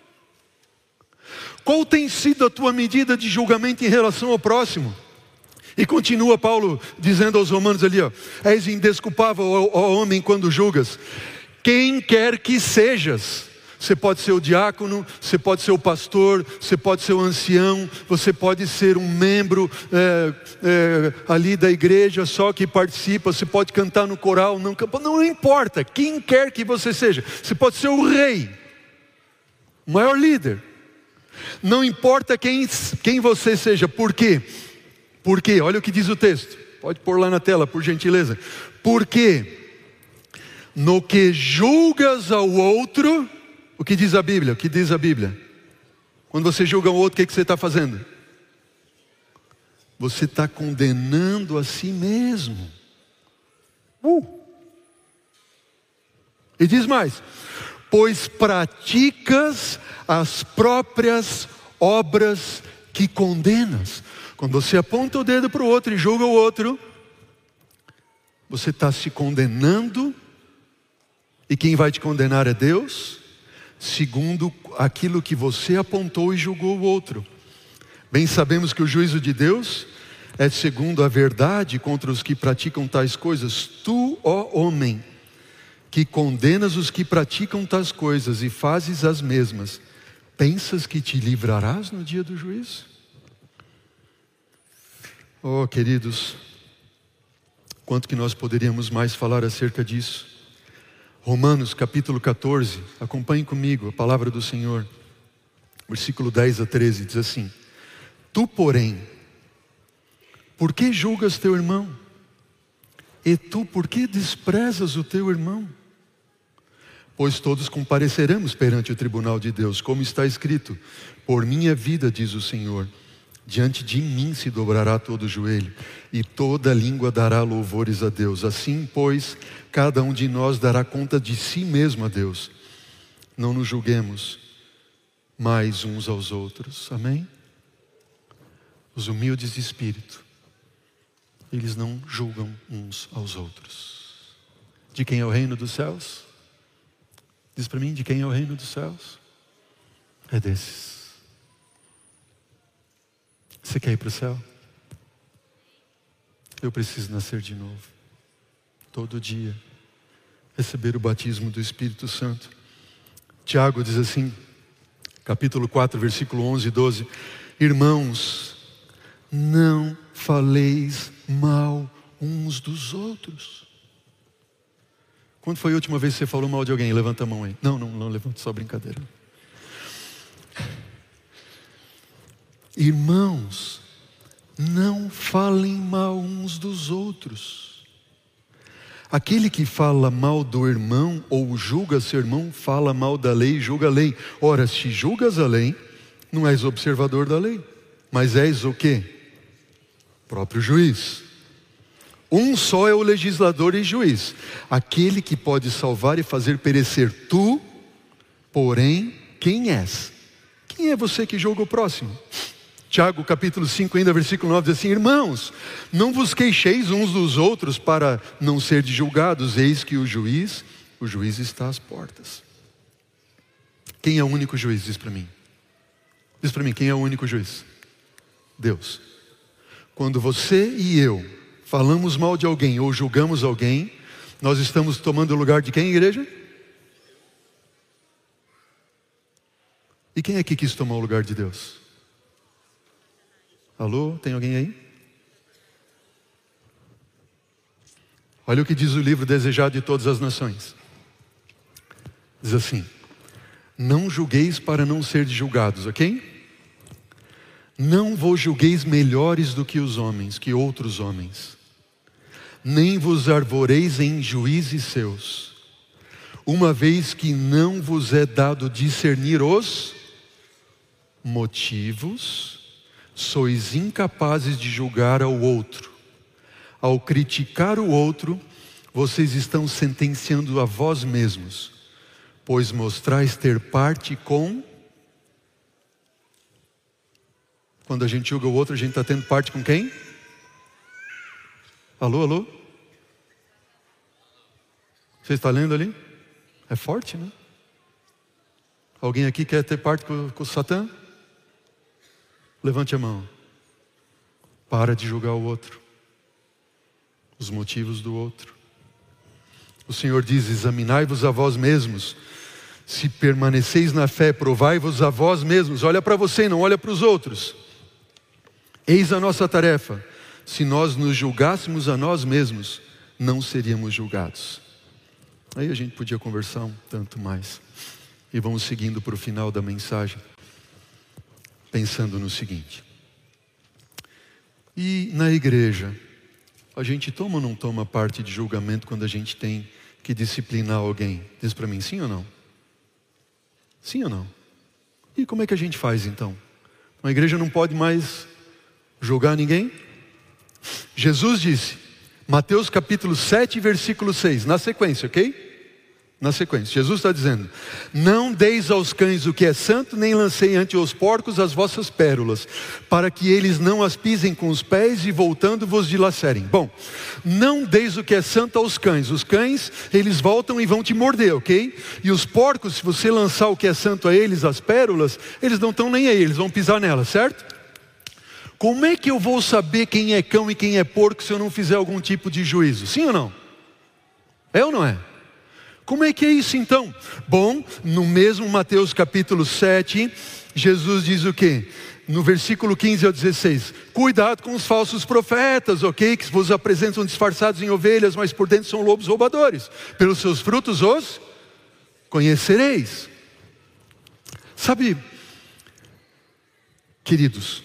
Qual tem sido a tua medida de julgamento em relação ao próximo? E continua Paulo dizendo aos romanos ali, ó, és indesculpável, ó homem, quando julgas. Quem quer que sejas. Você pode ser o diácono, você pode ser o pastor, você pode ser o ancião, você pode ser um membro é, é, ali da igreja só que participa, você pode cantar no coral, não, não importa, quem quer que você seja. Você pode ser o rei, o maior líder. Não importa quem, quem você seja, por quê? Porque, olha o que diz o texto, pode pôr lá na tela, por gentileza. Porque no que julgas ao outro, o que diz a Bíblia? O que diz a Bíblia? Quando você julga o outro, o que, que você está fazendo? Você está condenando a si mesmo. Uh. E diz mais, pois praticas as próprias obras que condenas. Quando você aponta o dedo para o outro e julga o outro, você está se condenando, e quem vai te condenar é Deus, segundo aquilo que você apontou e julgou o outro. Bem sabemos que o juízo de Deus é segundo a verdade contra os que praticam tais coisas. Tu, ó homem, que condenas os que praticam tais coisas e fazes as mesmas, pensas que te livrarás no dia do juízo? Oh, queridos, quanto que nós poderíamos mais falar acerca disso? Romanos capítulo catorze, acompanhe comigo a palavra do Senhor, versículo dez a treze, diz assim: tu, porém, por que julgas teu irmão? E tu, por que desprezas o teu irmão? Pois todos compareceremos perante o tribunal de Deus, como está escrito, por minha vida, diz o Senhor, diante de mim se dobrará todo o joelho, e toda língua dará louvores a Deus. Assim, pois, cada um de nós dará conta de si mesmo a Deus. Não nos julguemos mais uns aos outros. Amém? os humildes de espírito, eles não julgam uns aos outros. De quem é o reino dos céus? Diz para mim, de quem é o reino dos céus? É desses. Você quer ir para o céu? Eu preciso nascer de novo. Todo dia. Receber o batismo do Espírito Santo. Tiago diz assim, capítulo quatro, versículo onze e doze. Irmãos, não faleis mal uns dos outros. Quando foi a última vez que você falou mal de alguém? Levanta a mão aí. Não, não, não levanta, só brincadeira. Irmãos, não falem mal uns dos outros. Aquele que fala mal do irmão ou julga seu irmão, fala mal da lei e julga a lei. Ora, se julgas a lei, não és observador da lei, mas és o quê? Próprio juiz. Um só é o legislador e juiz, aquele que pode salvar e fazer perecer. Tu, porém, quem és? Quem é você que julga o próximo? Tiago capítulo cinco, ainda versículo nove, diz assim: irmãos, não vos queixeis uns dos outros para não serdes julgados, eis que o juiz, o juiz está às portas. Quem é o único juiz? Diz para mim. Diz para mim, quem é o único juiz? Deus. Quando você e eu falamos mal de alguém ou julgamos alguém, nós estamos tomando o lugar de quem, igreja? E quem aqui quis tomar o lugar de Deus? Alô, tem alguém aí? Olha o que diz o livro Desejado de Todas as Nações. Diz assim: não julgueis para não seres julgados, ok? Não vos julgueis melhores do que os homens, que outros homens. Nem vos arvoreis em juízes seus, uma vez que não vos é dado discernir os motivos, sois incapazes de julgar ao outro. Ao criticar o outro, vocês estão sentenciando a vós mesmos, pois mostrais ter parte com... Quando a gente julga o outro, a gente está tendo parte com quem? Alô, alô? Você está lendo ali? É forte, né? Alguém aqui quer ter parte com, com o Satã? Levante a mão. Para de julgar o outro, os motivos do outro. O Senhor diz: examinai-vos a vós mesmos, se permaneceis na fé, provai-vos a vós mesmos. Olha para você, não olha para os outros. Eis a nossa tarefa: se nós nos julgássemos a nós mesmos, não seríamos julgados. Aí a gente podia conversar um tanto mais. E vamos seguindo para o final da mensagem, pensando no seguinte: e na igreja, a gente toma ou não toma parte de julgamento quando a gente tem que disciplinar alguém? Diz para mim, sim ou não? Sim ou não? E como é que a gente faz então? A igreja não pode mais julgar ninguém? Jesus disse, Mateus capítulo sete, versículo seis, na sequência, ok? Na sequência, Jesus está dizendo: não deis aos cães o que é santo, nem lancei ante os porcos as vossas pérolas, para que eles não as pisem com os pés e voltando vos dilacerem. Bom, não deis o que é santo aos cães. Os cães, eles voltam e vão te morder, ok? E os porcos, se você lançar o que é santo a eles, as pérolas, eles não estão nem aí, eles vão pisar nelas, certo? Como é que eu vou saber quem é cão e quem é porco se eu não fizer algum tipo de juízo? Sim ou não? É ou não é? Como é que é isso então? Bom, no mesmo Mateus capítulo sete, Jesus diz o quê? No versículo quinze ao dezesseis, cuidado com os falsos profetas, ok? Que vos apresentam disfarçados em ovelhas, mas por dentro são lobos roubadores. Pelos seus frutos os conhecereis. Sabe, queridos,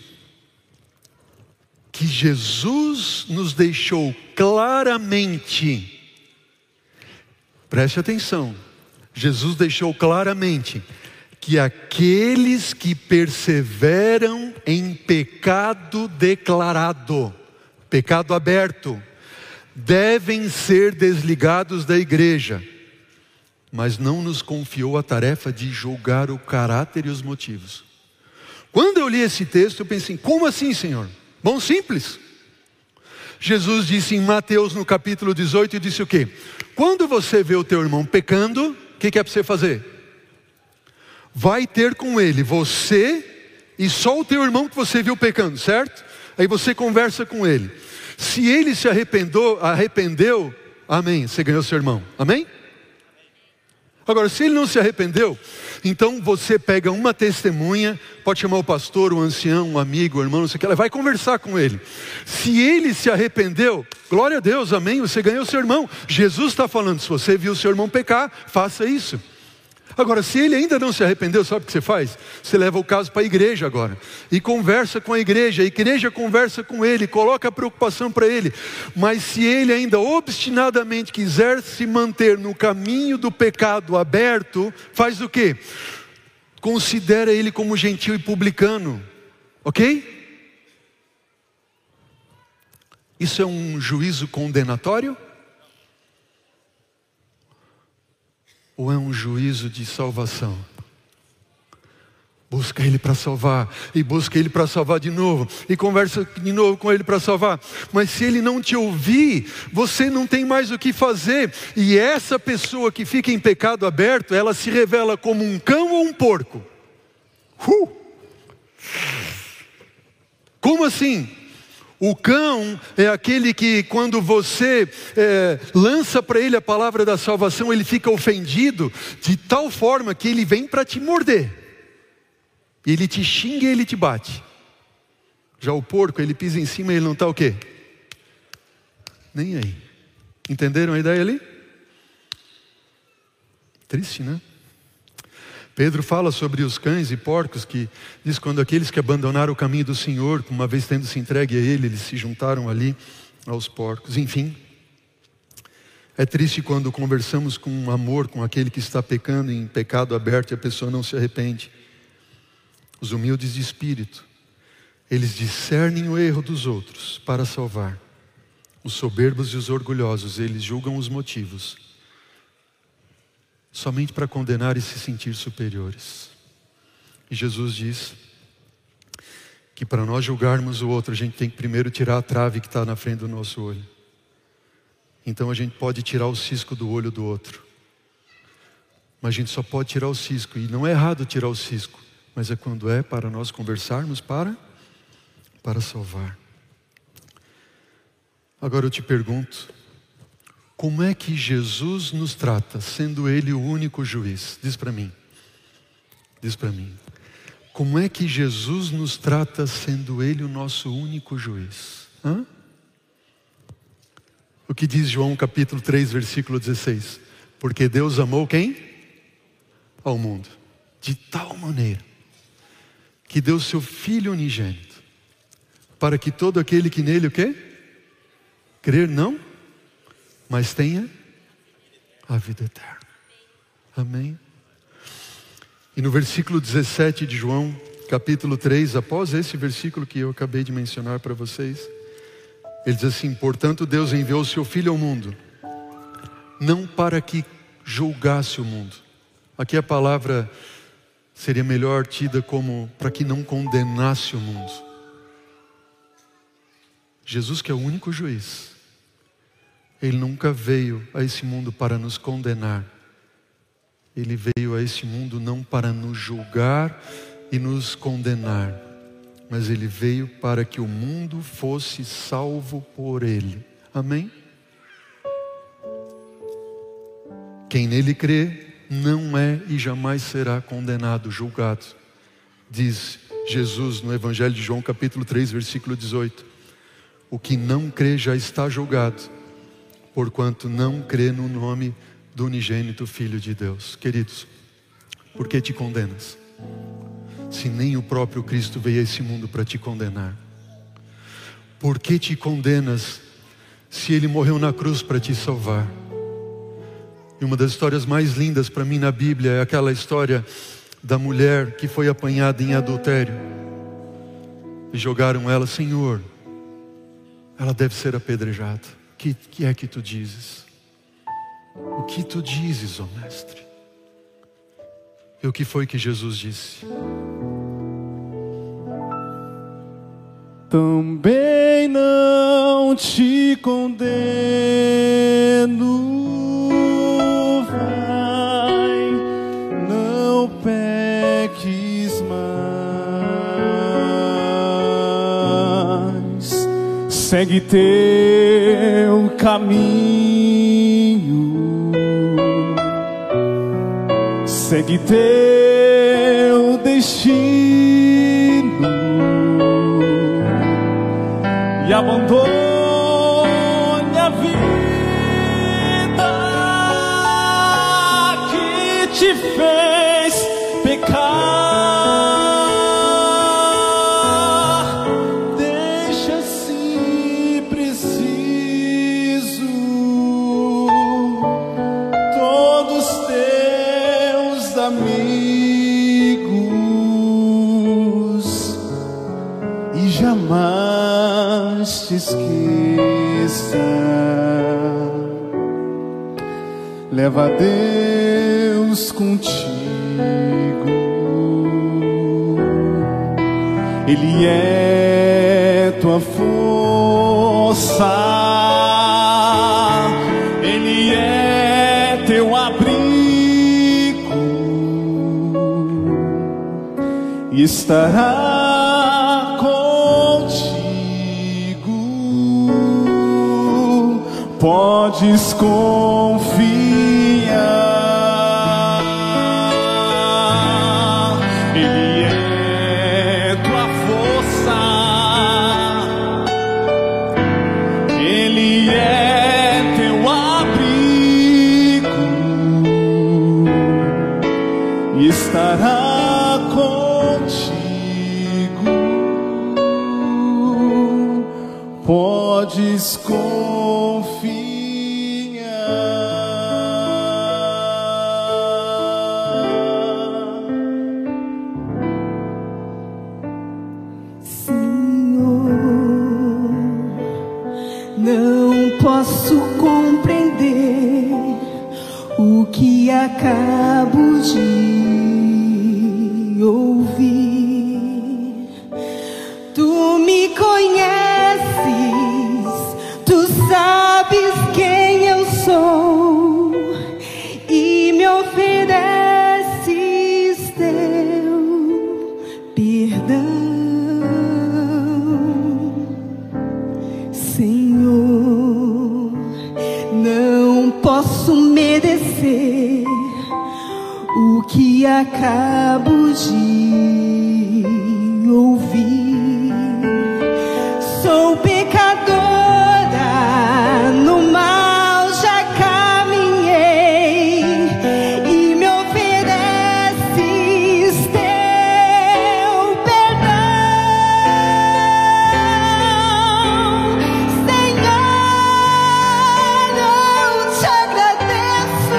que Jesus nos deixou claramente... Preste atenção, Jesus deixou claramente que aqueles que perseveram em pecado declarado, pecado aberto, devem ser desligados da igreja, mas não nos confiou a tarefa de julgar o caráter e os motivos. Quando eu li esse texto, eu pensei, como assim, Senhor? Bom, simples. Jesus disse em Mateus no capítulo dezoito, e disse o quê? Quando você vê o teu irmão pecando, o que, que é para você fazer? Vai ter com ele, você e só o teu irmão que você viu pecando, certo? Aí você conversa com ele. Se ele se arrependeu, arrependeu, amém, você ganhou seu irmão, amém? Agora, se ele não se arrependeu, então você pega uma testemunha, pode chamar o pastor, o ancião, um amigo, o irmão, não sei o que, ela vai conversar com ele. Se ele se arrependeu, glória a Deus, amém, você ganhou seu irmão. Jesus está falando, se você viu seu irmão pecar, faça isso. Agora, se ele ainda não se arrependeu, sabe o que você faz? Você leva o caso para a igreja agora. E conversa com a igreja. A igreja conversa com ele, coloca a preocupação para ele. Mas se ele ainda obstinadamente quiser se manter no caminho do pecado aberto, faz o quê? Considera ele como gentil e publicano. Ok? Isso é um juízo condenatório? Ou é um juízo de salvação? Busca ele para salvar, e busca ele para salvar de novo, e conversa de novo com ele para salvar. Mas se ele não te ouvir, você não tem mais o que fazer. E essa pessoa que fica em pecado aberto, ela se revela como um cão ou um porco. Uh! Como assim? O cão é aquele que quando você é, lança para ele a palavra da salvação, ele fica ofendido de tal forma que ele vem para te morder. Ele te xinga e ele te bate. Já o porco, ele pisa em cima e ele não está o quê? Nem aí. Entenderam a ideia ali? Triste, né? Pedro fala sobre os cães e porcos, que diz quando aqueles que abandonaram o caminho do Senhor, uma vez tendo se entregue a Ele, eles se juntaram ali aos porcos. Enfim, é triste quando conversamos com amor com aquele que está pecando em pecado aberto e a pessoa não se arrepende. Os humildes de espírito, eles discernem o erro dos outros para salvar. Os soberbos e os orgulhosos, eles julgam os motivos somente para condenar e se sentir superiores. E Jesus diz que para nós julgarmos o outro, a gente tem que primeiro tirar a trave que está na frente do nosso olho. Então a gente pode tirar o cisco do olho do outro, mas a gente só pode tirar o cisco, e não é errado tirar o cisco, mas é quando é para nós conversarmos para, para salvar. Agora eu te pergunto, como é que Jesus nos trata, sendo Ele o único juiz? Diz para mim. Diz para mim. Como é que Jesus nos trata, sendo Ele o nosso único juiz? Hã? O que diz João capítulo três, versículo dezesseis? Porque Deus amou quem? Ao mundo. De tal maneira que deu seu Filho unigênito, para que todo aquele que nele o quê? Crer não, mas tenha a vida eterna. Amém? E no versículo dezessete de João, capítulo três, após esse versículo que eu acabei de mencionar para vocês, ele diz assim: portanto Deus enviou o seu Filho ao mundo, não para que julgasse o mundo. Aqui a palavra seria melhor tida como para que não condenasse o mundo. Jesus, que é o único juiz, Ele nunca veio a esse mundo para nos condenar. Ele veio a esse mundo não para nos julgar e nos condenar, mas Ele veio para que o mundo fosse salvo por Ele. Amém? Quem nele crê não é e jamais será condenado, julgado. Diz Jesus no Evangelho de João capítulo três, versículo dezoito. O que não crê já está julgado, porquanto não crê no nome do unigênito Filho de Deus. Queridos, por que te condenas? Se nem o próprio Cristo veio a esse mundo para te condenar. Por que te condenas se Ele morreu na cruz para te salvar? E uma das histórias mais lindas para mim na Bíblia é aquela história da mulher que foi apanhada em adultério. E jogaram ela, Senhor, ela deve ser apedrejada. O que, que é que tu dizes? O que tu dizes, ó mestre? E o que foi que Jesus disse? também não te condeno. Vai, não peques mais. Segue teu caminho, segue teu destino e abandone a vida que te fez pecar. Deixa, se preciso, todos teus amigos e jamais te esqueça. Leva Deus contigo, Ele é tua força, Ele é teu abrigo e estará contigo. Podes confiar, Ele é tua força, Ele é teu abrigo e estará contigo. Podes confiar. Não posso compreender o que acabo de ouvir. Tu me conheces, tu sabes quem eu sou e me ofereces teu perdão. Senhor, não posso merecer o que acabo de ouvir. Sou pecadora, no mal já caminhei e me ofereces teu perdão. Senhor, eu te agradeço.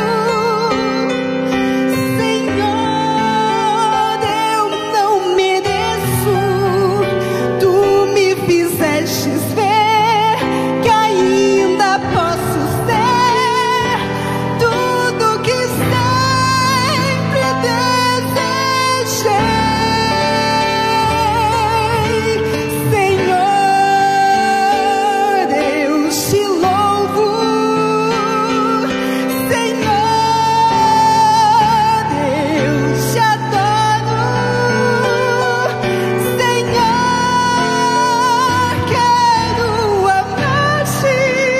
Senhor, eu não mereço. Tu me fizestes ver que ainda posso ser tudo que sempre desejei. Senhor, eu te louvo. Senhor, eu te adoro. Senhor, quero amar-te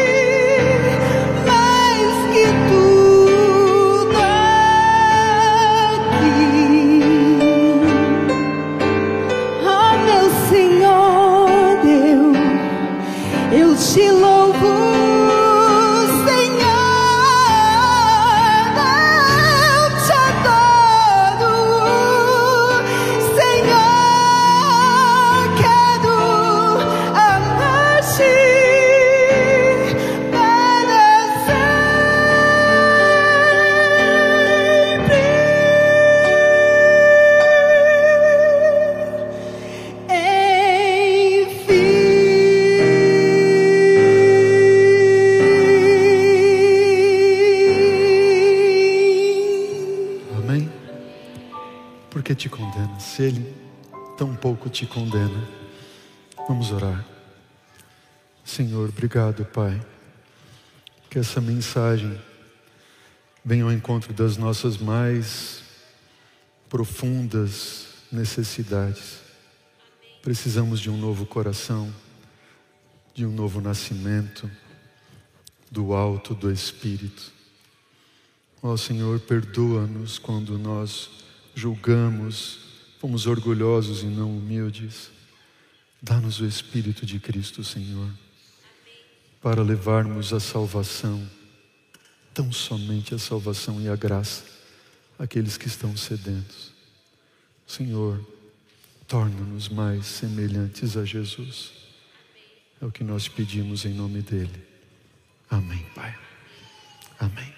mais que tudo aqui. Oh, meu Senhor, Deus, eu te louvo. Senhor, eu te adoro. Senhor, quero amar-te para enfim. Amém? Por que te condena? Se Ele tão pouco te condena, Vamos orar. Senhor, obrigado, Pai, que essa mensagem venha ao encontro das nossas mais profundas necessidades. Precisamos de um novo coração, de um novo nascimento, do alto do Espírito. Ó Senhor, perdoa-nos quando nós julgamos, fomos orgulhosos e não humildes. Dá-nos o Espírito de Cristo, Senhor, para levarmos a salvação, tão somente a salvação e a graça, àqueles que estão sedentos. Senhor, torna-nos mais semelhantes a Jesus. É o que nós pedimos em nome dEle. Amém, Pai. Amém.